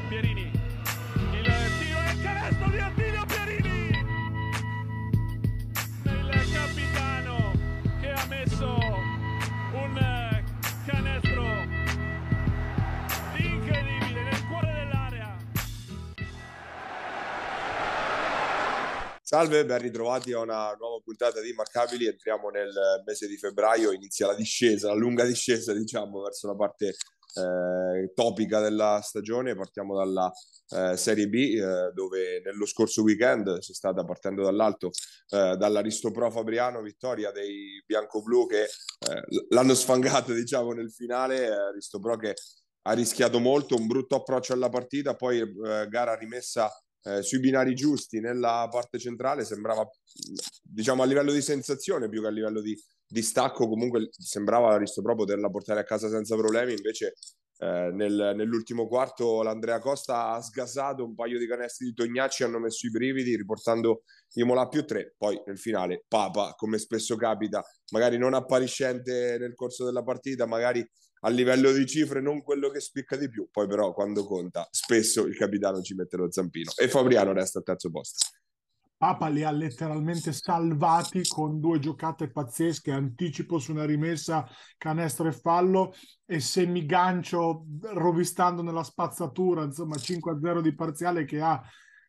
Pierini, il tiro e il canestro di Attilio Pierini, il capitano che ha messo un canestro incredibile nel cuore dell'area. Salve, ben ritrovati a una nuova puntata di Immarcabili. Entriamo nel mese di febbraio, inizia la discesa, la lunga discesa, diciamo, verso la parte topica della stagione. Partiamo dalla Serie B, dove nello scorso weekend c'è stata, partendo dall'alto, dall'Aristopro Fabriano, vittoria dei bianco-blu che l'hanno sfangato, diciamo, nel finale. Aristopro che ha rischiato molto, un brutto approccio alla partita, poi gara rimessa sui binari giusti nella parte centrale. Sembrava, diciamo, a livello di sensazione più che a livello di stacco, comunque sembrava Aristopro poterla portare a casa senza problemi. Invece nell'ultimo quarto l'Andrea Costa ha sgasato un paio di canestri di Tognacci, hanno messo i brividi riportando Imola più 3. Poi nel finale Papa, come spesso capita, magari non appariscente nel corso della partita, magari a livello di cifre non quello che spicca di più, poi però quando conta spesso il capitano ci mette lo zampino e Fabriano resta al terzo posto. Papa li ha letteralmente salvati con due giocate pazzesche, anticipo su una rimessa, canestro e fallo, e semigancio rovistando nella spazzatura, insomma 5-0 di parziale che ha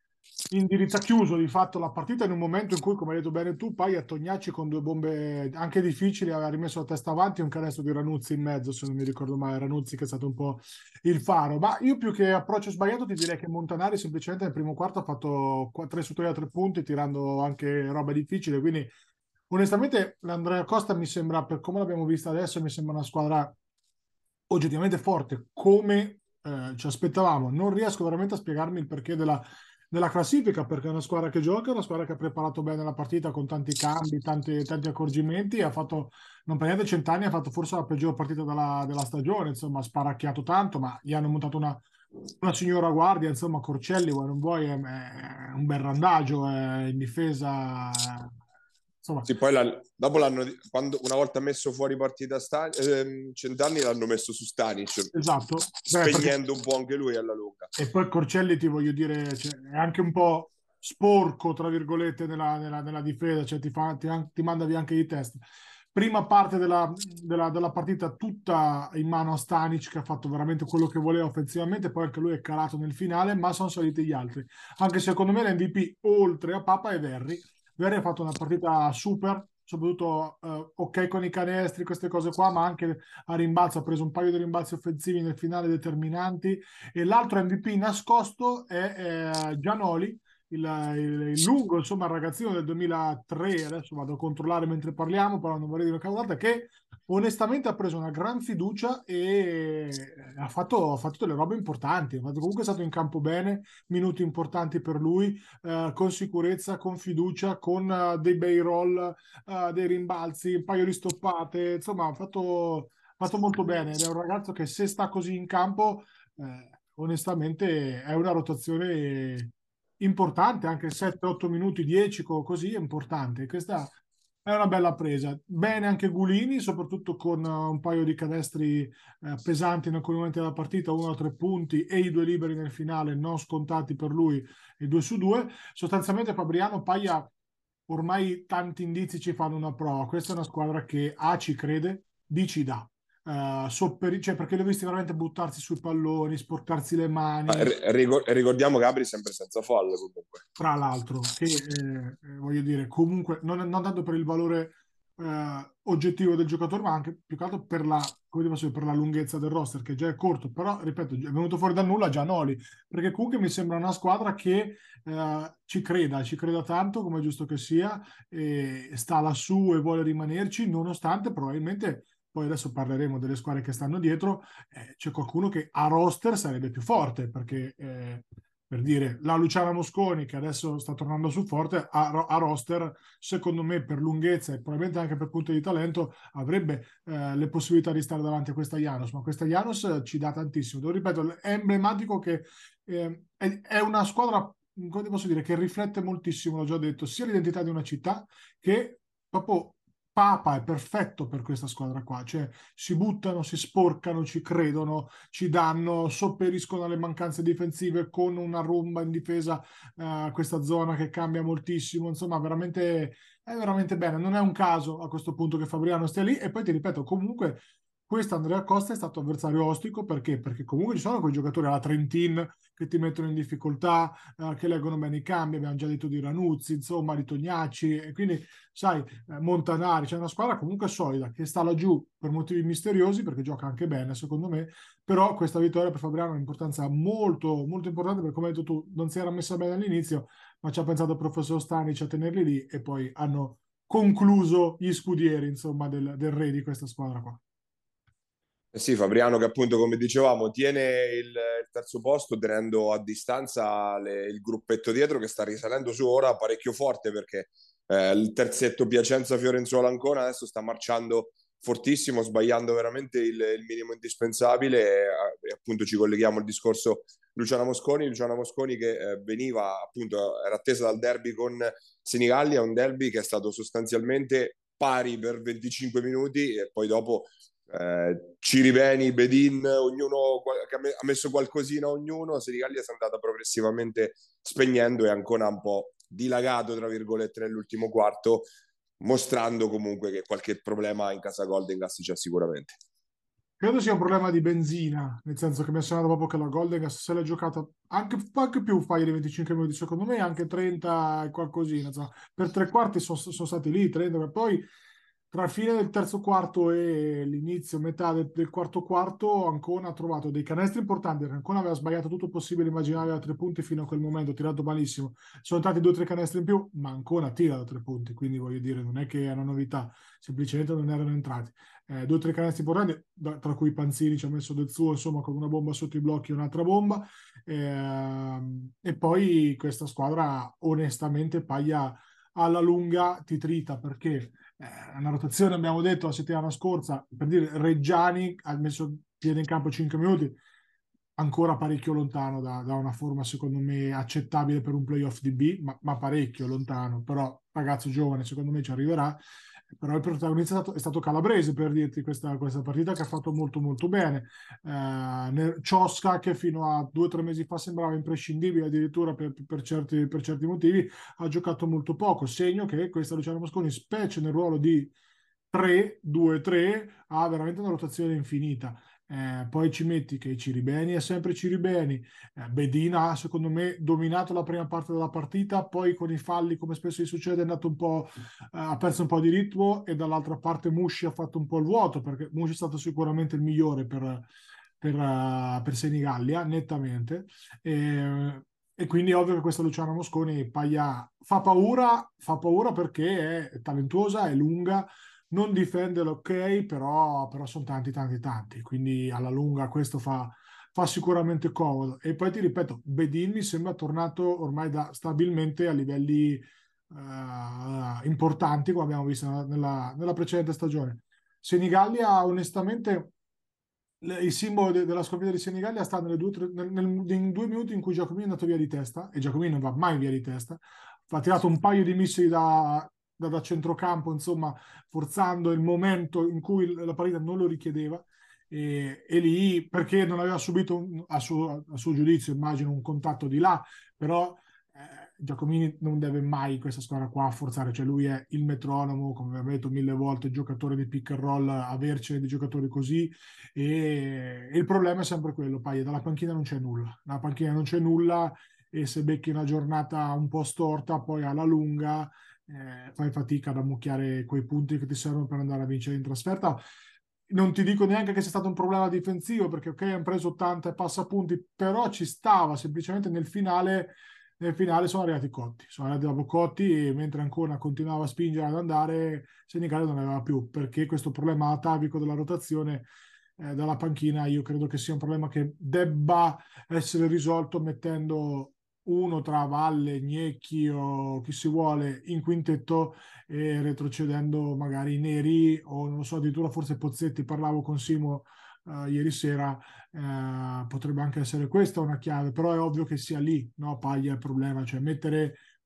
chiuso di fatto la partita in un momento in cui, come hai detto bene tu, Paia Tognacci con due bombe anche difficili aveva rimesso la testa avanti e un canestro di Ranuzzi in mezzo, se non mi ricordo male, Ranuzzi che è stato un po' il faro. Ma io, più che approccio sbagliato, ti direi che Montanari semplicemente nel primo quarto ha fatto 3 su 3 a 3 punti tirando anche roba difficile, quindi onestamente l'Andrea Costa mi sembra, per come l'abbiamo vista adesso, mi sembra una squadra oggettivamente forte come ci aspettavamo. Non riesco veramente a spiegarmi il perché della classifica, perché è una squadra che gioca, è una squadra che ha preparato bene la partita con tanti cambi, tanti accorgimenti. Ha fatto, non per niente, Cent'Anni ha fatto forse la peggior partita della stagione, insomma ha sparacchiato tanto, ma gli hanno montato una signora guardia, insomma Corcelli, vuoi non vuoi, è un bel randagio, è in difesa, insomma. Sì, poi dopo l'hanno, quando una volta messo fuori partita Cent'Anni, l'hanno messo su Stanic, Esatto. spegnendo un po' anche lui alla lunga. E poi Corcelli, ti voglio dire, cioè, è anche un po' sporco, tra virgolette, nella difesa, cioè ti manda via anche di testa. Prima parte della partita tutta in mano a Stanic, che ha fatto veramente quello che voleva offensivamente, poi anche lui è calato nel finale, ma sono saliti gli altri. Anche secondo me l'MVP, oltre a Papa, è Verri. Verri ha fatto una partita super, soprattutto ok con i canestri, queste cose qua, ma anche a rimbalzo, ha preso un paio di rimbalzi offensivi nel finale determinanti. E l'altro MVP nascosto è Gianoli, il lungo, insomma, il ragazzino del 2003, adesso vado a controllare mentre parliamo, però non vorrei dire una cavolata, che onestamente ha preso una gran fiducia e ha fatto delle robe importanti. Comunque è stato in campo bene, minuti importanti per lui, con sicurezza, con fiducia, con dei bei roll, dei rimbalzi, un paio di stoppate, insomma ha fatto molto bene ed è un ragazzo che, se sta così in campo, onestamente è una rotazione importante, anche 7-8 minuti, 10 così è importante. Questa è una bella presa. Bene anche Gulini, soprattutto con un paio di canestri pesanti in alcuni momenti della partita, 1 a 3 punti e i 2 liberi nel finale non scontati per lui, e 2 su 2. Sostanzialmente Fabriano Paia, ormai tanti indizi ci fanno una prova. Questa è una squadra che A ci crede, B ci dà. Cioè, perché li ho visti veramente buttarsi sui palloni, sporcarsi le mani, Ricordiamo Gabri sempre senza fallo comunque. tra l'altro, che voglio dire, comunque non tanto per il valore oggettivo del giocatore, ma anche più che altro per come posso dire, per la lunghezza del roster, che già è corto. Però ripeto, è venuto fuori dal nulla Gianoli, perché comunque mi sembra una squadra che ci creda tanto, come è giusto che sia, e sta lassù e vuole rimanerci, nonostante probabilmente, poi adesso parleremo delle squadre che stanno dietro, c'è qualcuno che a roster sarebbe più forte, perché per dire, la Luciana Mosconi, che adesso sta tornando su forte, a roster, secondo me, per lunghezza e probabilmente anche per punto di talento, avrebbe le possibilità di stare davanti a questa Janus, ma questa Janus ci dà tantissimo. Lo ripeto, è emblematico che è una squadra, come posso dire, che riflette moltissimo, l'ho già detto, sia l'identità di una città che proprio Papa è perfetto per questa squadra qua, cioè si buttano, si sporcano, ci credono, ci danno, sopperiscono alle mancanze difensive con una rumba in difesa, questa zona che cambia moltissimo, insomma è veramente bene, non è un caso a questo punto che Fabriano stia lì e poi ti ripeto, comunque questo Andrea Costa è stato avversario ostico perché? Perché comunque ci sono quei giocatori alla Trentin che ti mettono in difficoltà, che leggono bene i cambi, abbiamo già detto di Ranuzzi, insomma, di Tognacci, e quindi sai, Montanari, c'è una squadra comunque solida che sta laggiù per motivi misteriosi perché gioca anche bene secondo me, però questa vittoria per Fabriano ha un'importanza molto, molto importante perché come hai detto tu non si era messa bene all'inizio ma ci ha pensato il professor Stanic a tenerli lì e poi hanno concluso gli scudieri insomma del re di questa squadra qua. Sì, Fabriano che appunto come dicevamo tiene il terzo posto tenendo a distanza il gruppetto dietro che sta risalendo su ora parecchio forte perché il terzetto Piacenza-Fiorenzuola-Ancona adesso sta marciando fortissimo, sbagliando veramente il minimo indispensabile e appunto ci colleghiamo al discorso Luciano Mosconi che veniva appunto, era attesa dal derby con Senigallia, un derby che è stato sostanzialmente pari per 25 minuti e poi dopo Ciribeni, Bedin, ognuno che ha messo qualcosina ognuno, Senigallia si è andata progressivamente spegnendo e ancora un po' dilagato tra virgolette nell'ultimo quarto, mostrando comunque che qualche problema in casa Golden Gas c'è sicuramente. Credo sia un problema di benzina, nel senso che mi è sembrato proprio che la Golden Gas se l'è giocata anche più un paio di 25 minuti, secondo me anche 30 e qualcosina. Insomma. Per tre quarti sono stati lì, 30, ma poi tra la fine del terzo quarto e l'inizio, metà del quarto quarto, Ancona ha trovato dei canestri importanti, perché Ancona aveva sbagliato tutto il possibile immaginare da tre punti fino a quel momento, tirato malissimo. Sono stati due o tre canestri in più, ma Ancona tira da tre punti, quindi voglio dire, non è che è una novità, semplicemente non erano entrati due o tre canestri importanti, tra cui Panzini ci ha messo del suo, insomma, con una bomba sotto i blocchi e un'altra bomba. E poi questa squadra, onestamente, Paglia alla lunga ti trita perché una rotazione, abbiamo detto la settimana scorsa, per dire Reggiani ha messo piede in campo 5 minuti, ancora parecchio lontano da una forma secondo me accettabile per un playoff di B, ma parecchio lontano, però ragazzo giovane secondo me ci arriverà, però il protagonista è stato Calabrese per dirti questa partita che ha fatto molto molto bene, Ciosca che fino a 2 o 3 mesi fa sembrava imprescindibile addirittura per certi motivi, ha giocato molto poco, segno che questa Luciano Mosconi, specie nel ruolo di 3-2-3, ha veramente una rotazione infinita. Poi ci metti che Ciribeni è sempre Ciribeni, Bedina ha secondo me dominato la prima parte della partita, poi con i falli come spesso gli succede è andato un po', ha perso un po' di ritmo e dall'altra parte Mushi ha fatto un po' il vuoto perché Mushi è stato sicuramente il migliore per Senigallia, nettamente. E quindi è ovvio che questa Luciana Mosconi fa paura perché è talentuosa, è lunga, non difende l'ok, però sono tanti, tanti, tanti. Quindi alla lunga questo fa sicuramente comodo. E poi ti ripeto, Bedin mi sembra tornato ormai stabilmente a livelli importanti, come abbiamo visto nella precedente stagione. Senigallia, onestamente, il simbolo della sconfitta di Senigallia sta in 2 minuti in cui Giacomini è andato via di testa, e Giacomini non va mai via di testa, ha tirato un paio di missili da centrocampo, insomma, forzando il momento in cui la partita non lo richiedeva. E lì perché non aveva subito a suo giudizio immagino un contatto di là, però Giacomini non deve mai questa squadra qua forzare, cioè lui è il metronomo, come abbiamo detto mille volte, il giocatore di pick and roll, avercene di giocatori così e il problema è sempre quello, Paia, dalla panchina non c'è nulla, dalla panchina non c'è nulla e se becchi una giornata un po' storta poi alla lunga fai fatica ad ammucchiare quei punti che ti servono per andare a vincere in trasferta. Non ti dico neanche che sia stato un problema difensivo perché ok hanno preso 80 e passa punti però ci stava semplicemente nel finale sono arrivati cotti, sono arrivati dopo cotti e mentre ancora continuava a spingere ad andare, Senigallia non aveva più, perché questo problema atavico della rotazione dalla panchina io credo che sia un problema che debba essere risolto mettendo uno tra Valle, Gnecchi o chi si vuole in quintetto e retrocedendo magari i Neri o non lo so, addirittura forse Pozzetti, parlavo con Simo ieri sera, potrebbe anche essere questa una chiave, però è ovvio che sia lì, no, Paglia il problema, cioè mettere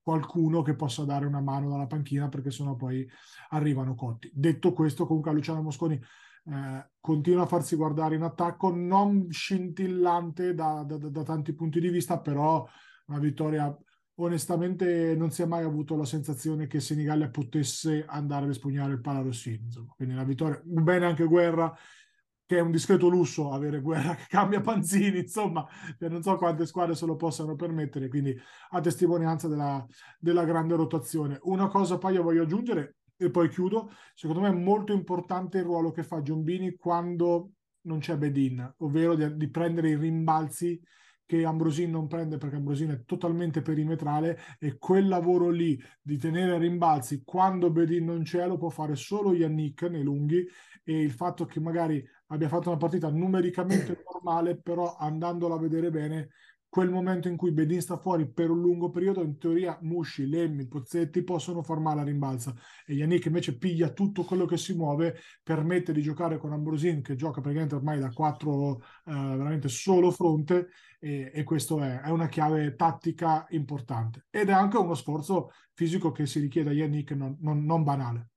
qualcuno che possa dare una mano dalla panchina, perché sennò poi arrivano cotti. Detto questo, comunque Luciano Mosconi continua a farsi guardare in attacco, non scintillante da tanti punti di vista, però una vittoria. Onestamente non si è mai avuto la sensazione che Senigallia potesse andare ad espugnare il Palarossini, insomma. Quindi una vittoria, bene anche Guerra, che è un discreto lusso avere Guerra che cambia panzini, insomma, non so quante squadre se lo possano permettere, quindi a testimonianza della grande rotazione. Una cosa poi io voglio aggiungere e poi chiudo, secondo me è molto importante il ruolo che fa Giombini quando non c'è Bedin, ovvero di prendere i rimbalzi che Ambrosin non prende, perché Ambrosin è totalmente perimetrale, e quel lavoro lì di tenere rimbalzi quando Bedin non c'è lo può fare solo Yannick nei lunghi, e il fatto che magari abbia fatto una partita numericamente normale, però andandola a vedere bene, quel momento in cui Bedin sta fuori per un lungo periodo, in teoria Musci, Lemmi, Pozzetti possono far male a rimbalza, e Yannick invece piglia tutto quello che si muove, permette di giocare con Ambrosin che gioca praticamente ormai da 4 veramente solo fronte, e questo è una chiave tattica importante, ed è anche uno sforzo fisico che si richiede a Yannick non banale.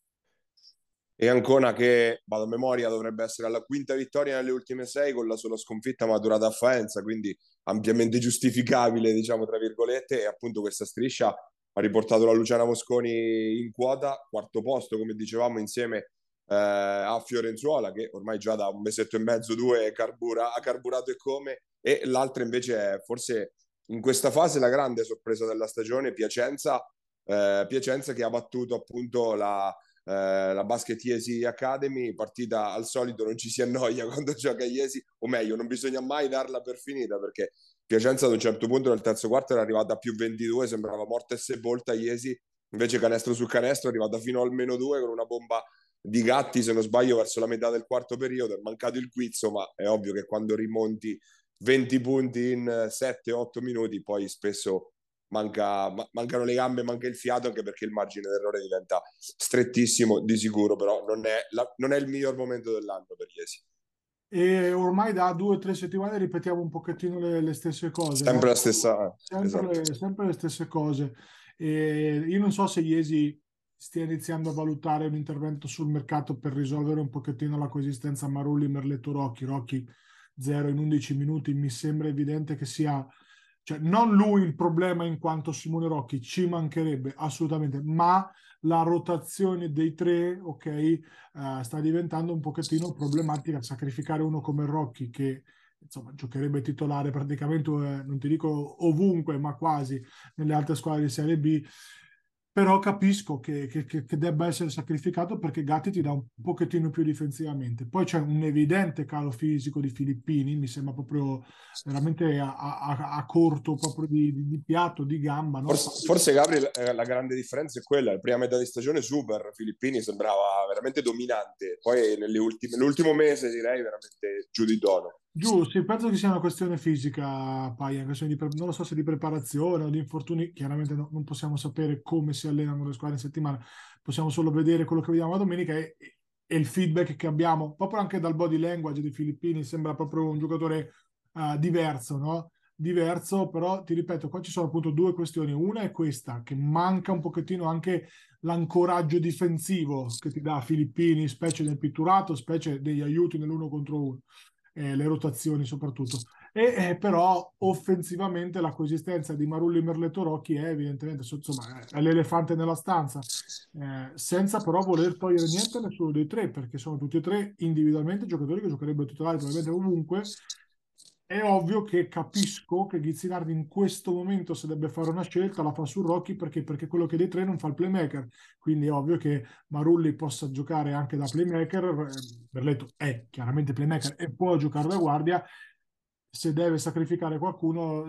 E Ancona che, vado a memoria, dovrebbe essere alla quinta vittoria nelle ultime 6 con la sola sconfitta maturata a Faenza, quindi ampiamente giustificabile, diciamo, tra virgolette, e appunto questa striscia ha riportato la Luciana Mosconi in quota, quarto posto, come dicevamo, insieme a Fiorenzuola, che ormai già da un mesetto e mezzo, due, ha carburato e come, e l'altra invece è forse in questa fase la grande sorpresa della stagione, Piacenza che ha battuto appunto la Basket Iesi Academy, partita al solito non ci si annoia quando gioca Iesi, o meglio, non bisogna mai darla per finita, perché Piacenza ad un certo punto nel terzo quarto era arrivata a più 22, sembrava morta e sepolta. Iesi invece canestro su canestro è arrivata fino al -2 con una bomba di Gatti, se non sbaglio, verso la metà del quarto periodo. È mancato il guizzo, ma è ovvio che quando rimonti 20 punti in 7-8 minuti poi spesso mancano le gambe, manca il fiato, anche perché il margine d'errore diventa strettissimo di sicuro, però non è il miglior momento dell'anno per Iesi. E ormai da 2 o 3 settimane ripetiamo un pochettino le stesse cose, no? Sempre la stessa, esatto. Sempre le stesse cose. E io non so se Iesi stia iniziando a valutare un intervento sul mercato per risolvere un pochettino la coesistenza Marulli, Merletto, Rocchi. Rocchi 0 in 11 minuti, mi sembra evidente che sia, cioè, non lui il problema in quanto Simone Rocchi, ci mancherebbe assolutamente, ma la rotazione dei tre, ok, sta diventando un pochettino problematica. Sacrificare uno come Rocchi, che insomma giocherebbe titolare praticamente, non ti dico ovunque, ma quasi nelle altre squadre di Serie B. Però capisco che debba essere sacrificato, perché Gatti ti dà un pochettino più difensivamente. Poi c'è un evidente calo fisico di Filippini, mi sembra proprio veramente a corto proprio di piatto, di gamba, no? Forse Gabriel, la grande differenza è quella, la prima metà di stagione super, Filippini sembrava veramente dominante, poi nell'ultimo mese direi veramente giù di tono. Giù, sì, penso che sia una questione fisica, Paia, una questione non lo so se di preparazione o di infortuni. Chiaramente non possiamo sapere come si allenano le squadre in settimana, possiamo solo vedere quello che vediamo la domenica, e il feedback che abbiamo proprio anche dal body language dei filippini. Sembra proprio un giocatore diverso, no? Diverso, però ti ripeto, qua ci sono appunto 2 questioni. Una è questa, che manca un pochettino anche l'ancoraggio difensivo che ti dà Filippini, specie nel pitturato, specie degli aiuti nell'uno contro uno, le rotazioni soprattutto. Però offensivamente la coesistenza di Marulli, Merletto, Rocchi è evidentemente, insomma, è l'elefante nella stanza, senza però voler togliere niente a nessuno dei tre, perché sono tutti e tre individualmente giocatori che giocherebbero titolari probabilmente ovunque. È ovvio che capisco che Ghizzinardi in questo momento, se deve fare una scelta, la fa su Rocchi, perché quello che dei tre non fa il playmaker. Quindi è ovvio che Marulli possa giocare anche da playmaker. Berletto è chiaramente playmaker e può giocare da guardia. Se deve sacrificare qualcuno,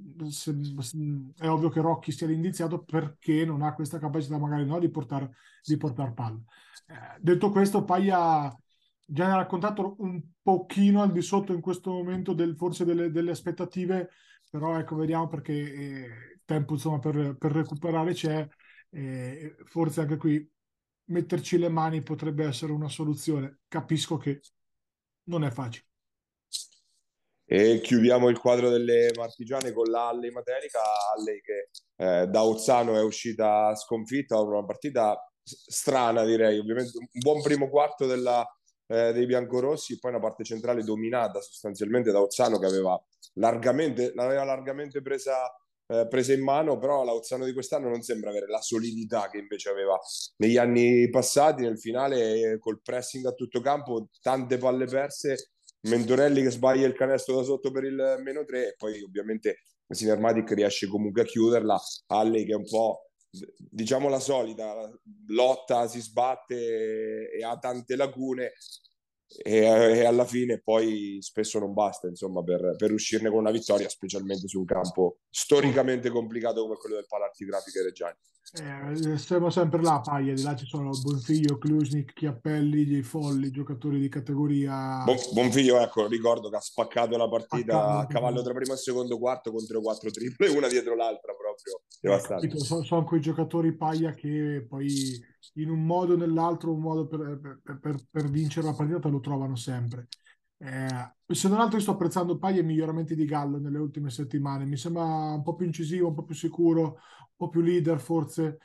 è ovvio che Rocchi sia l'indiziato, perché non ha questa capacità magari, no, di portar palla. Detto questo, Paia già ne ha raccontato un pochino al di sotto in questo momento forse delle aspettative, però ecco, vediamo, perché il tempo insomma per recuperare c'è, forse anche qui metterci le mani potrebbe essere una soluzione. Capisco che non è facile. E chiudiamo il quadro delle marchigiane con la Alley Matelica, Alley che da Ozzano è uscita sconfitta, una partita strana direi, ovviamente un buon primo quarto dei biancorossi, poi una parte centrale dominata sostanzialmente da Ozzano che l'aveva largamente presa in mano, però la Ozzano di quest'anno non sembra avere la solidità che invece aveva negli anni passati. Nel finale col pressing a tutto campo, tante palle perse, Mentorelli che sbaglia il canestro da sotto per il -3 e poi ovviamente Sinarmatic riesce comunque a chiuderla. Alley che è un po' diciamo la solita, lotta, si sbatte e ha tante lacune e alla fine poi spesso non basta insomma per uscirne con una vittoria, specialmente su un campo storicamente complicato come quello del Palarti Grafiche Reggiani. Siamo sempre là, Paglia, di là ci sono Bonfiglio, Klusnik, Chiappelli, dei Folli, giocatori di categoria Bonfiglio, ecco, ricordo che ha spaccato la partita a cavallo spaccati. tra primo e secondo quarto con 3 o 4 triple, una dietro l'altra, proprio devastante. Capito? Sono quei giocatori Paglia che poi in un modo o nell'altro, un modo per vincere la partita te lo trovano sempre. Se non altro io sto apprezzando Paglia i miglioramenti di Gallo nelle ultime settimane, mi sembra un po' più incisivo, un po' più sicuro, un po' più leader forse.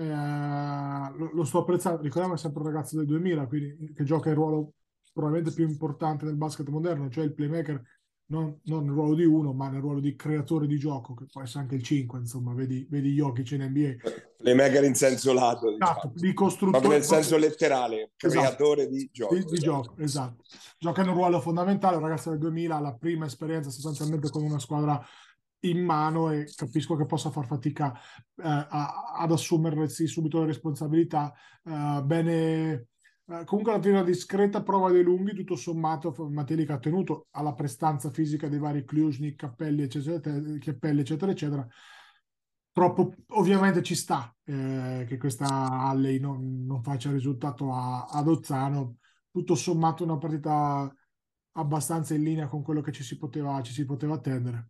Lo sto apprezzando, ricordiamo è sempre un ragazzo del 2000, quindi che gioca il ruolo probabilmente più importante nel basket moderno, cioè il playmaker, non nel ruolo di uno, ma nel ruolo di creatore di gioco, che può essere anche il 5, insomma, vedi Jokic in NBA. Playmaker in senso lato, diciamo. Esatto, di Proprio costruttore, nel senso letterale, esatto, creatore di gioco. di Esatto. gioco, esatto. Gioca in un ruolo fondamentale, un ragazzo del 2000, la prima esperienza sostanzialmente con una squadra in mano e capisco che possa far fatica ad assumersi subito le responsabilità. Bene, comunque una discreta prova dei lunghi, tutto sommato Matelica ha tenuto alla prestanza fisica dei vari Klusnik, Cappelli, eccetera, Chiappelli, eccetera, eccetera. Troppo, ovviamente ci sta che questa Alley non faccia il risultato ad Ozzano, tutto sommato una partita abbastanza in linea con quello che ci si poteva attendere.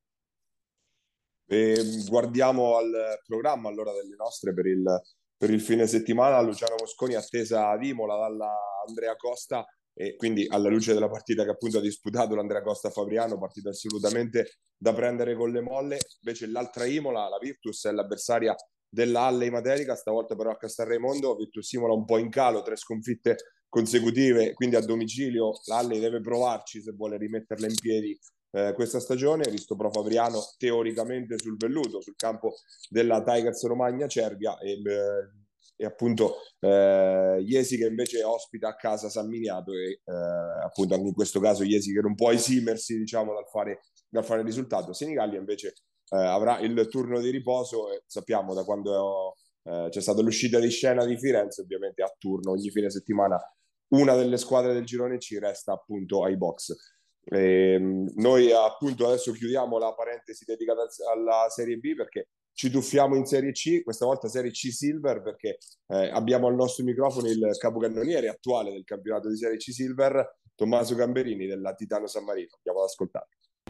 E guardiamo al programma allora delle nostre per il fine settimana. Luciano Mosconi attesa ad Imola dalla Andrea Costa e quindi alla luce della partita che appunto ha disputato l'Andrea Costa Fabriano, partita assolutamente da prendere con le molle. Invece l'altra Imola, la Virtus, è l'avversaria della Alley Matelica, stavolta però a Castelraimondo. Virtus Imola un po' in calo, 3 sconfitte consecutive, quindi a domicilio l'Alley deve provarci se vuole rimetterla in piedi questa stagione, visto Pro Fabriano teoricamente sul velluto, sul campo della Tigers Romagna Cervia e appunto Iesi che invece ospita a casa San Miniato e appunto anche in questo caso Iesi che non può esimersi diciamo dal fare il risultato. Senigallia invece avrà il turno di riposo e sappiamo da quando c'è stata l'uscita di scena di Firenze, ovviamente a turno ogni fine settimana una delle squadre del girone C resta appunto ai box. Noi appunto adesso chiudiamo la parentesi dedicata alla Serie B perché ci tuffiamo in Serie C, questa volta Serie C Silver perché abbiamo al nostro microfono il capocannoniere attuale del campionato di Serie C Silver, Tommaso Gamberini della Titano San Marino. Andiamo ad ascoltare.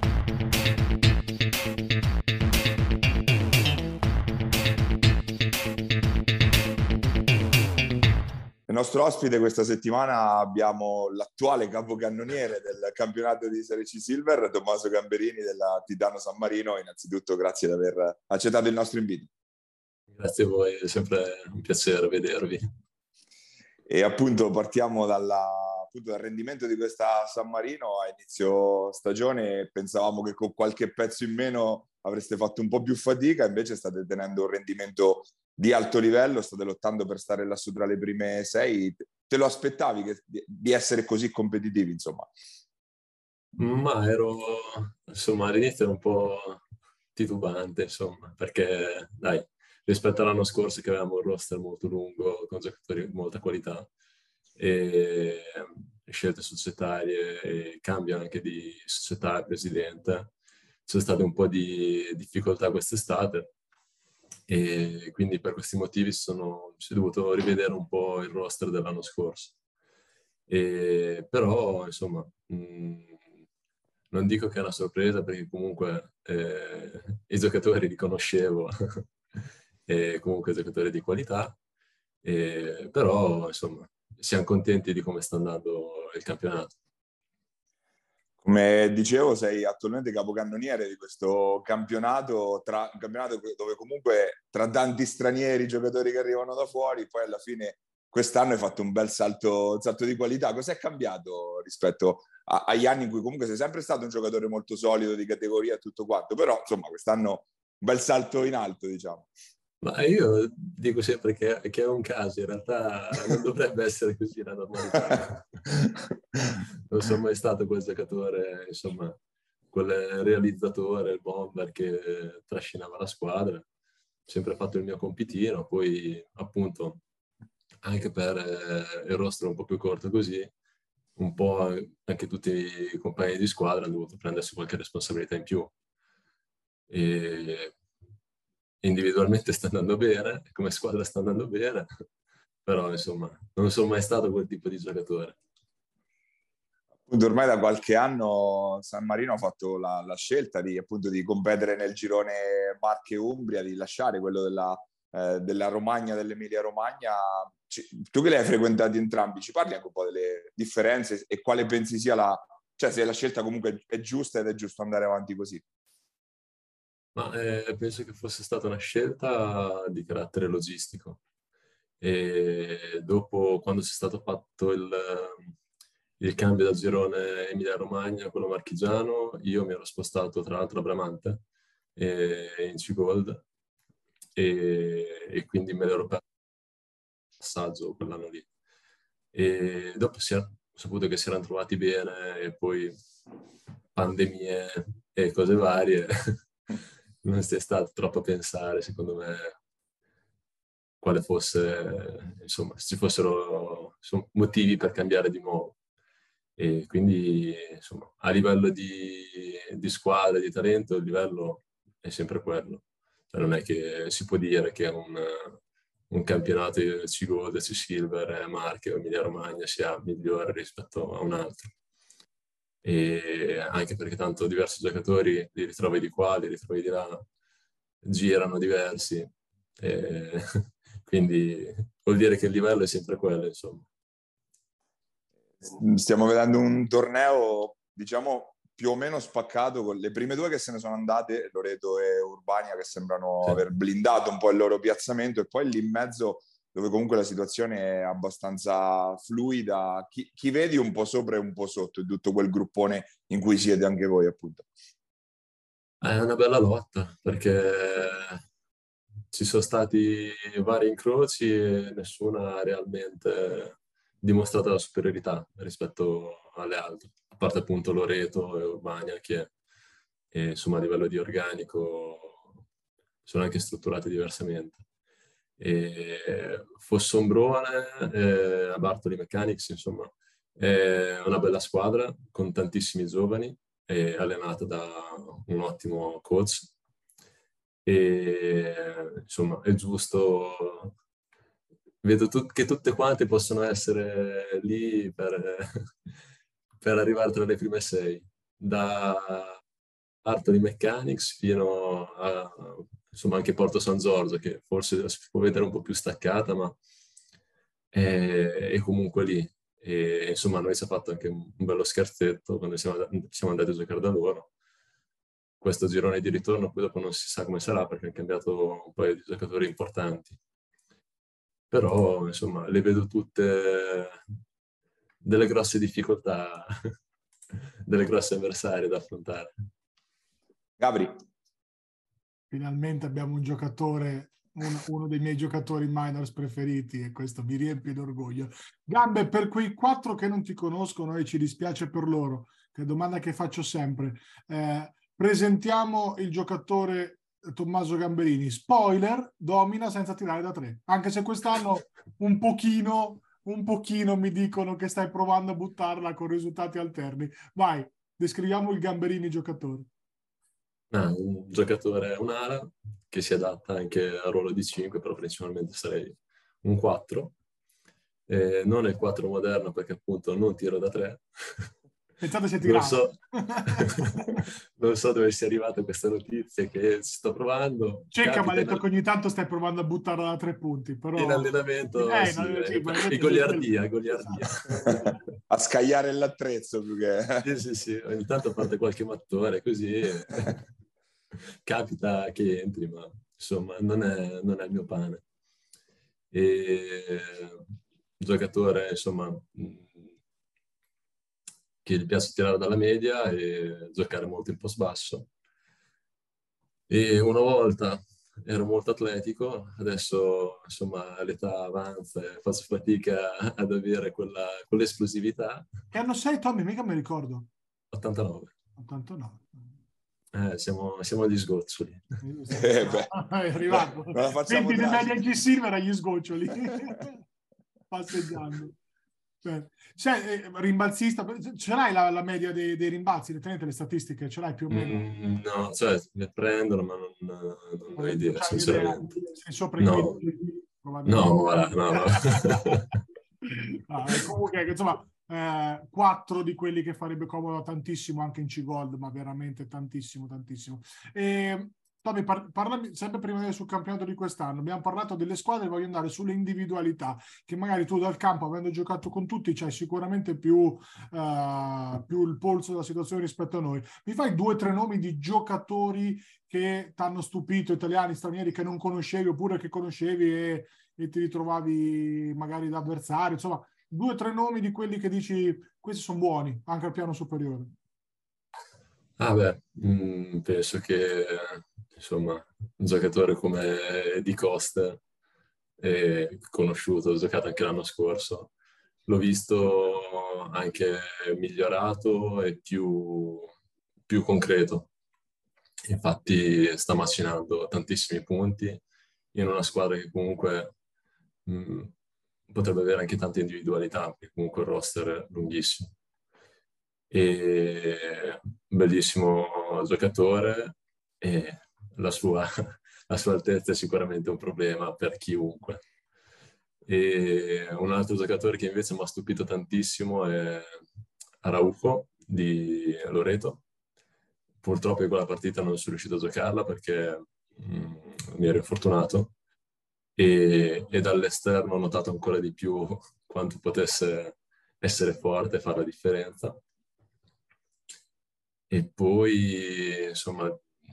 Il nostro ospite questa settimana abbiamo l'attuale capocannoniere del campionato di Serie C Silver, Tommaso Gamberini della Titano San Marino. Innanzitutto grazie di aver accettato il nostro invito. Grazie a voi, è sempre un piacere vedervi. E appunto partiamo dal rendimento di questa San Marino a inizio stagione. Pensavamo che con qualche pezzo in meno avreste fatto un po' più fatica, invece state tenendo un rendimento di alto livello, state lottando per stare lassù tra le prime 6. Te lo aspettavi di essere così competitivi, insomma? Ma insomma, all'inizio ero un po' titubante, insomma, perché dai, rispetto all'anno scorso che avevamo un roster molto lungo, con giocatori di molta qualità, e scelte societarie, e cambio anche di società e presidente, ci sono state un po' di difficoltà quest'estate, e quindi per questi motivi si è dovuto rivedere un po' il roster dell'anno scorso. Però, insomma, non dico che è una sorpresa perché comunque i giocatori li conoscevo, e comunque giocatori di qualità, però, insomma, siamo contenti di come sta andando il campionato. Come dicevo, sei attualmente capocannoniere di questo campionato, un campionato dove comunque tra tanti stranieri, giocatori che arrivano da fuori, poi alla fine quest'anno hai fatto un bel salto di qualità. Cos'è cambiato rispetto agli anni in cui comunque sei sempre stato un giocatore molto solido, di categoria e tutto quanto, però insomma quest'anno un bel salto in alto, diciamo. Ma io dico sempre che è un caso, in realtà non dovrebbe essere così la normalità. Non sono mai stato quel giocatore, insomma, quel realizzatore, il bomber che trascinava la squadra. Ho sempre fatto il mio compitino, poi appunto anche per il roster un po' più corto così, un po' anche tutti i compagni di squadra hanno dovuto prendersi qualche responsabilità in più. E individualmente sta andando bene, come squadra sta andando bene, però insomma non sono mai stato quel tipo di giocatore. Appunto, ormai da qualche anno San Marino ha fatto la scelta di, appunto, di competere nel girone Marche-Umbria, di lasciare quello della Romagna, dell'Emilia Romagna. Tu che li hai frequentati entrambi, ci parli anche un po' delle differenze e quale pensi sia cioè se la scelta comunque è giusta ed è giusto andare avanti così? Ma penso che fosse stata una scelta di carattere logistico. E dopo, quando sia stato fatto il cambio da girone Emilia-Romagna a quello marchigiano, io mi ero spostato tra l'altro a Bramante, in C-Gold, e quindi me l'ero perso il passaggio quell'anno lì. E dopo si è saputo che si erano trovati bene e poi pandemie e cose varie, non si è stato troppo a pensare, secondo me, quale fosse, insomma, se ci fossero insomma, motivi per cambiare di nuovo. E quindi, insomma, a livello di squadra, di talento, il livello è sempre quello. Cioè, non è che si può dire che un campionato di C-Gold, C-Silver, Marche o Emilia Romagna sia migliore rispetto a un altro. E anche perché tanto diversi giocatori li ritrovi di qua, li ritrovi di là, girano diversi. E quindi vuol dire che il livello è sempre quello, insomma. Stiamo vedendo un torneo, diciamo, più o meno spaccato, con le prime due che se ne sono andate, Loreto e Urbania, che sembrano Sì. aver blindato un po' il loro piazzamento, e poi lì in mezzo dove comunque la situazione è abbastanza fluida, chi vedi un po' sopra e un po' sotto di tutto quel gruppone in cui siete anche voi, appunto. È una bella lotta perché ci sono stati vari incroci e nessuna ha realmente dimostrato la superiorità rispetto alle altre, a parte appunto Loreto e Urbania che insomma a livello di organico sono anche strutturate diversamente. E Fossombrone, a Bartoli Mechanics, insomma, è una bella squadra con tantissimi giovani, è allenata da un ottimo coach e insomma è giusto, vedo che tutte quante possono essere lì per arrivare tra le prime sei, da Bartoli Mechanics fino a insomma anche Porto San Giorgio, che forse si può vedere un po' più staccata, ma è comunque lì. E insomma, noi ci ha fatto anche un bello scherzetto quando siamo andati a giocare da loro. Questo girone di ritorno poi dopo non si sa come sarà perché hanno cambiato un paio di giocatori importanti. Però, insomma, le vedo tutte delle grosse difficoltà, delle grosse avversarie da affrontare. Gabri. Finalmente abbiamo un giocatore, uno dei miei giocatori minors preferiti, e questo mi riempie d'orgoglio. Gambe, per quei 4 che non ti conoscono e ci dispiace per loro, che è domanda che faccio sempre, presentiamo il giocatore Tommaso Gamberini. Spoiler, domina senza tirare da 3, anche se quest'anno un pochino mi dicono che stai provando a buttarla con risultati alterni. Vai, descriviamo il Gamberini giocatore. Un giocatore, un'ala che si adatta anche al ruolo di 5, però principalmente sarei un 4. Non il 4 moderno perché appunto non tiro da 3, Pensate se Non tirato. non so dove sia arrivata questa notizia che si sta provando. Cecca mi ha Capita detto che ogni tanto stai provando a buttarla da 3 punti, però... in allenamento, sì, sì, ma hai detto e goliardia, goliardia. Esatto. A scagliare l'attrezzo più che... Sì, ogni tanto parte qualche mattone così, capita che entri, ma insomma non è il mio pane. E giocatore, insomma, che gli piace tirare dalla media e giocare molto in post basso. E una volta ero molto atletico, adesso insomma all'età avanza e faccio fatica ad avere quell'esplosività. Che anno sei, Tommy? Mica mi ricordo. 89. 89. Siamo agli sgoccioli. Beh, È arrivato. non la facciamo 20 di media tragica. G Silver agli sgoccioli. Passeggiando. Rimbalzista, ce l'hai la media dei rimbalzi? Tenete le statistiche, ce l'hai più o meno? No, cioè mi prendono, ma non ho idea, c'hai un'idea? sinceramente. Sei sopra i No, 15, no, guarda, no. Comunque, insomma, 4 di quelli che farebbe comodo tantissimo anche in C-Gold, ma veramente tantissimo, tantissimo. Tommy, parlami sempre prima sul campionato di quest'anno. Abbiamo parlato delle squadre, voglio andare sulle individualità, che magari tu dal campo, avendo giocato con tutti, c'hai sicuramente più il polso della situazione rispetto a noi. Mi fai 2 o 3 nomi di giocatori che ti hanno stupito, italiani, stranieri, che non conoscevi oppure che conoscevi e ti ritrovavi magari da avversario, insomma 2 o 3 nomi di quelli che dici questi sono buoni anche al piano superiore. Penso che insomma un giocatore come Di Costa è conosciuto, ho giocato anche l'anno scorso, l'ho visto anche migliorato e più concreto. Infatti sta macinando tantissimi punti in una squadra che comunque potrebbe avere anche tante individualità, perché comunque il roster è lunghissimo. E bellissimo giocatore e la sua altezza è sicuramente un problema per chiunque. E un altro giocatore che invece mi ha stupito tantissimo è Araujo di Loreto. Purtroppo in quella partita non sono riuscito a giocarla perché mi ero infortunato e dall'esterno ho notato ancora di più quanto potesse essere forte e fare la differenza. E poi, insomma,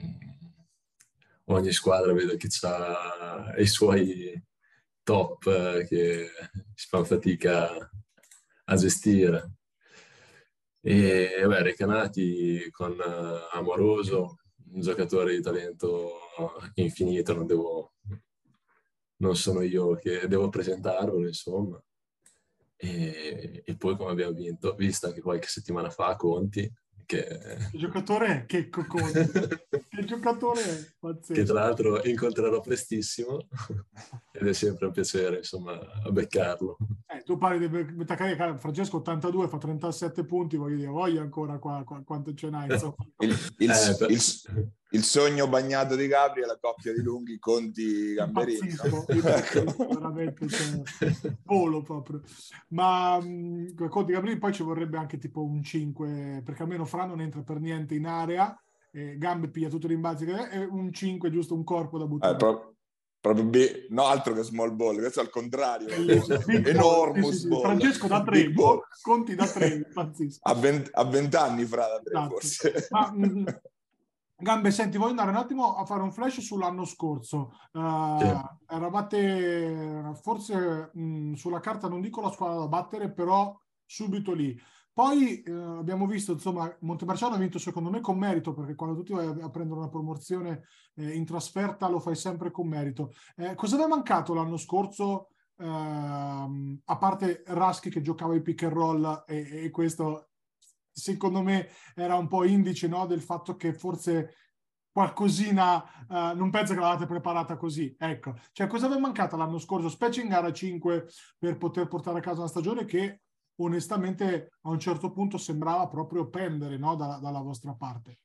ogni squadra vedo che ha i suoi top che si fanno fatica a gestire. E beh, Recanati con Amoroso, un giocatore di talento infinito, non sono io che devo presentarvelo, insomma. E poi come abbiamo visto anche qualche settimana fa Conti, che giocatore è Checco Conti, che giocatore è pazzesco, che tra l'altro incontrerò prestissimo ed è sempre un piacere insomma a beccarlo. Tu parli di metà carriera, Francesco 82 fa 37 punti, voglio dire, voglio ancora quanto ce n'hai, insomma. Il sogno bagnato di Gabri è la coppia di lunghi Conti Gamberini, no? Veramente volo proprio. Ma Conti Gamberini poi ci vorrebbe anche tipo un 5, perché almeno Fra non entra per niente in area, gambe piglia tutto i rimbalzi, e un 5 giusto un corpo da buttare. Proprio no, altro che small ball, questo è al contrario, enormous ball. Francesco da 3, Conti da 3, pazzesco. A 20 anni Fra da 3, esatto. Forse. Ma, Gambe, senti, voglio andare un attimo a fare un flash sull'anno scorso. Eravate forse sulla carta, non dico la squadra da battere, però subito lì. Poi abbiamo visto, insomma, Montemarciano ha vinto secondo me con merito, perché quando tutti vai a prendere una promozione in trasferta lo fai sempre con merito. Cosa aveva mancato l'anno scorso, a parte Raschi che giocava i pick and roll e questo secondo me era un po' indice, no, del fatto che forse qualcosina non penso che l'avete preparata così, ecco. Cioè, cosa aveva mancato l'anno scorso, specie in gara 5, per poter portare a casa una stagione che onestamente a un certo punto sembrava proprio pendere, no, dalla vostra parte?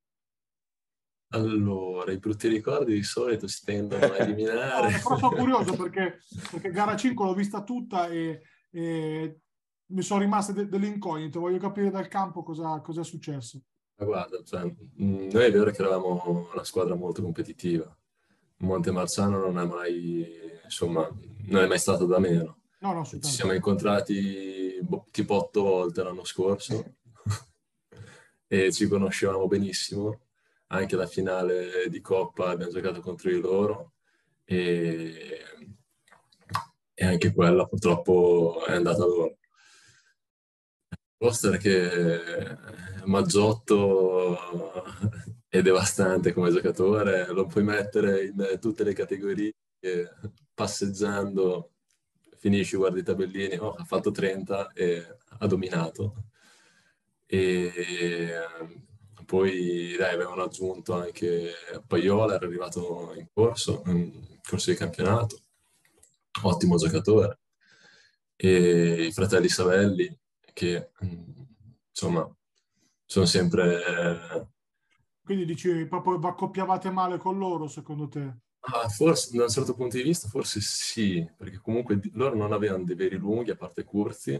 Allora, i brutti ricordi di solito si tendono a eliminare. Però sono curioso perché gara 5 l'ho vista tutta e mi sono rimaste delle incognite, voglio capire dal campo cosa è successo. Ma guarda, cioè, noi è vero che eravamo una squadra molto competitiva. Montemarciano non è mai, insomma, non è mai stato da meno. No, Ci assolutamente. siamo incontrati tipo 8 volte l'anno scorso e ci conoscevamo benissimo. Anche la finale di Coppa abbiamo giocato contro di loro e, e anche quella purtroppo è andata a loro. Roster che Maggiotto è devastante come giocatore, lo puoi mettere in tutte le categorie, passeggiando finisci, guardi i tabellini, oh, ha fatto 30 e ha dominato. E poi dai, avevano aggiunto anche Paiola, era arrivato in corso di campionato, ottimo giocatore. E i fratelli Savelli, che insomma sono sempre... Quindi dici, proprio vi accoppiavate male con loro, secondo te? forse da un certo punto di vista, forse sì, perché comunque loro non avevano dei veri lunghi, a parte Curzi,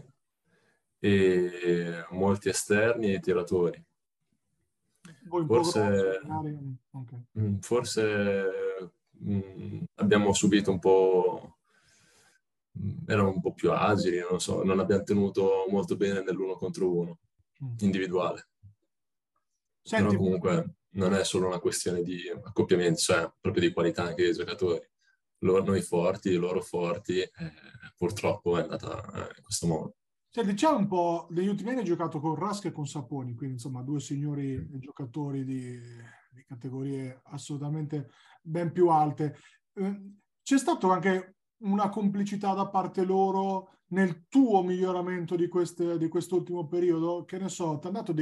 e molti esterni e tiratori. Voi un po' grossi, Forse, magari. Ok. forse abbiamo subito un po', erano un po' più agili, non so, non abbiamo tenuto molto bene nell'uno contro uno, individuale. Però Senti, comunque non è solo una questione di accoppiamento, cioè proprio di qualità anche dei giocatori. Noi forti, loro forti, purtroppo è andata in questo modo. senti, c'è un po', negli ultimi anni hai giocato con Rask e con Saponi, quindi insomma due signori giocatori di categorie assolutamente ben più alte. C'è stato anche una complicità da parte loro nel tuo miglioramento di quest'ultimo periodo? Che ne so, ti è andato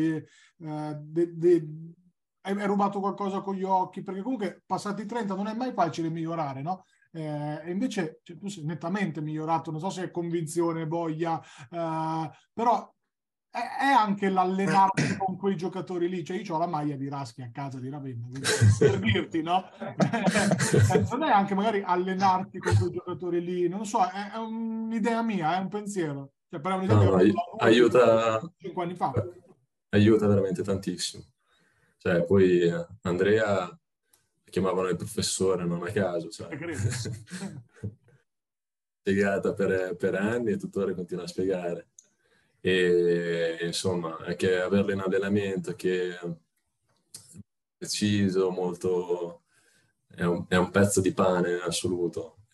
hai rubato qualcosa con gli occhi? Perché comunque passati 30 non è mai facile migliorare, no? E invece cioè, tu sei nettamente migliorato, non so se è convinzione, voglia, però è anche l'allenarsi con quei giocatori lì. Cioè io ho la maglia di Raschi a casa di Ravenna, per dirti, no? Non è anche magari allenarti con quei giocatori lì, non so, è un'idea mia, è un pensiero. Cioè, però è un'idea che No, ho aiuta, 5 anni fa. aiuta veramente tantissimo. Cioè, poi Andrea chiamavano il professore, non a caso, cioè. Credo. Spiegata per anni e tuttora continua a spiegare. E insomma, è che averlo in allenamento che è preciso, molto, è un pezzo di pane in assoluto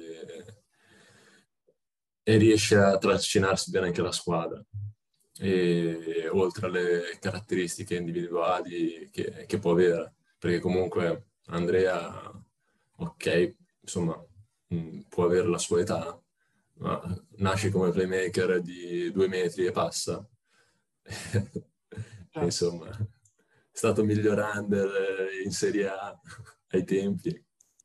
e riesce a trascinarsi bene anche la squadra. E oltre alle caratteristiche individuali che può avere, perché comunque Andrea, ok, insomma, può avere la sua età, ma nasce come playmaker di 2 metri e passa. E, insomma, è stato migliorando in Serie A ai tempi.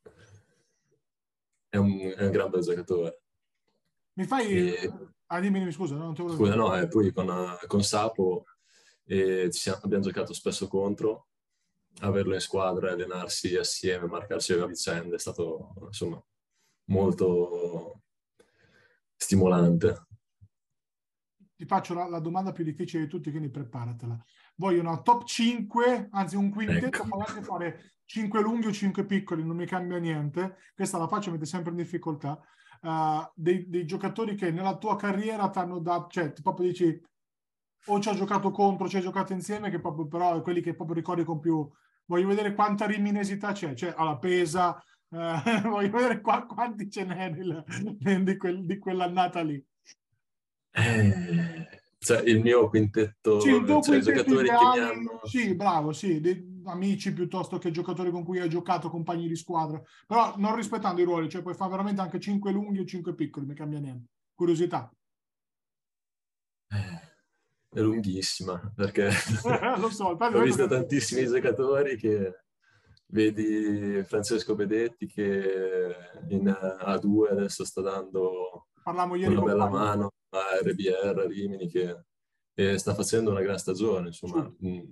È un gran bel giocatore. Mi fai... dimmi, scusa, non te Scusa, no, e poi con Sapo abbiamo giocato spesso contro, averlo in squadra, allenarsi assieme, marcarci a vicenda è stato, insomma, molto stimolante. Ti faccio la domanda più difficile di tutti, quindi preparatela. Voglio una top 5, anzi un quintetto, puoi anche fare 5 lunghi o 5 piccoli, non mi cambia niente. Questa la faccio, mette sempre in difficoltà. Dei giocatori che nella tua carriera ti hanno dato, cioè ti proprio dici o ci ho giocato contro, ci hai giocato insieme, che proprio però quelli che proprio ricordi con più. Voglio vedere quanta riminesità c'è, cioè alla pesa, voglio vedere quanti ce n'è di quell'annata lì. Cioè il mio quintetto, Sì, il tuo cioè i quintetto giocatori che mi ideale, hanno... sì, bravo, sì, amici piuttosto che giocatori con cui hai giocato, compagni di squadra, però non rispettando i ruoli, cioè puoi fare veramente anche 5 lunghi o 5 piccoli, mi cambia niente. Curiosità. È lunghissima, perché Lo so, ho visto tantissimi giocatori che vedi Francesco Bedetti che in A2 adesso sta dando parliamo ieri una con bella Paolo. mano a RBR, a Rimini, che sta facendo una gran stagione, insomma.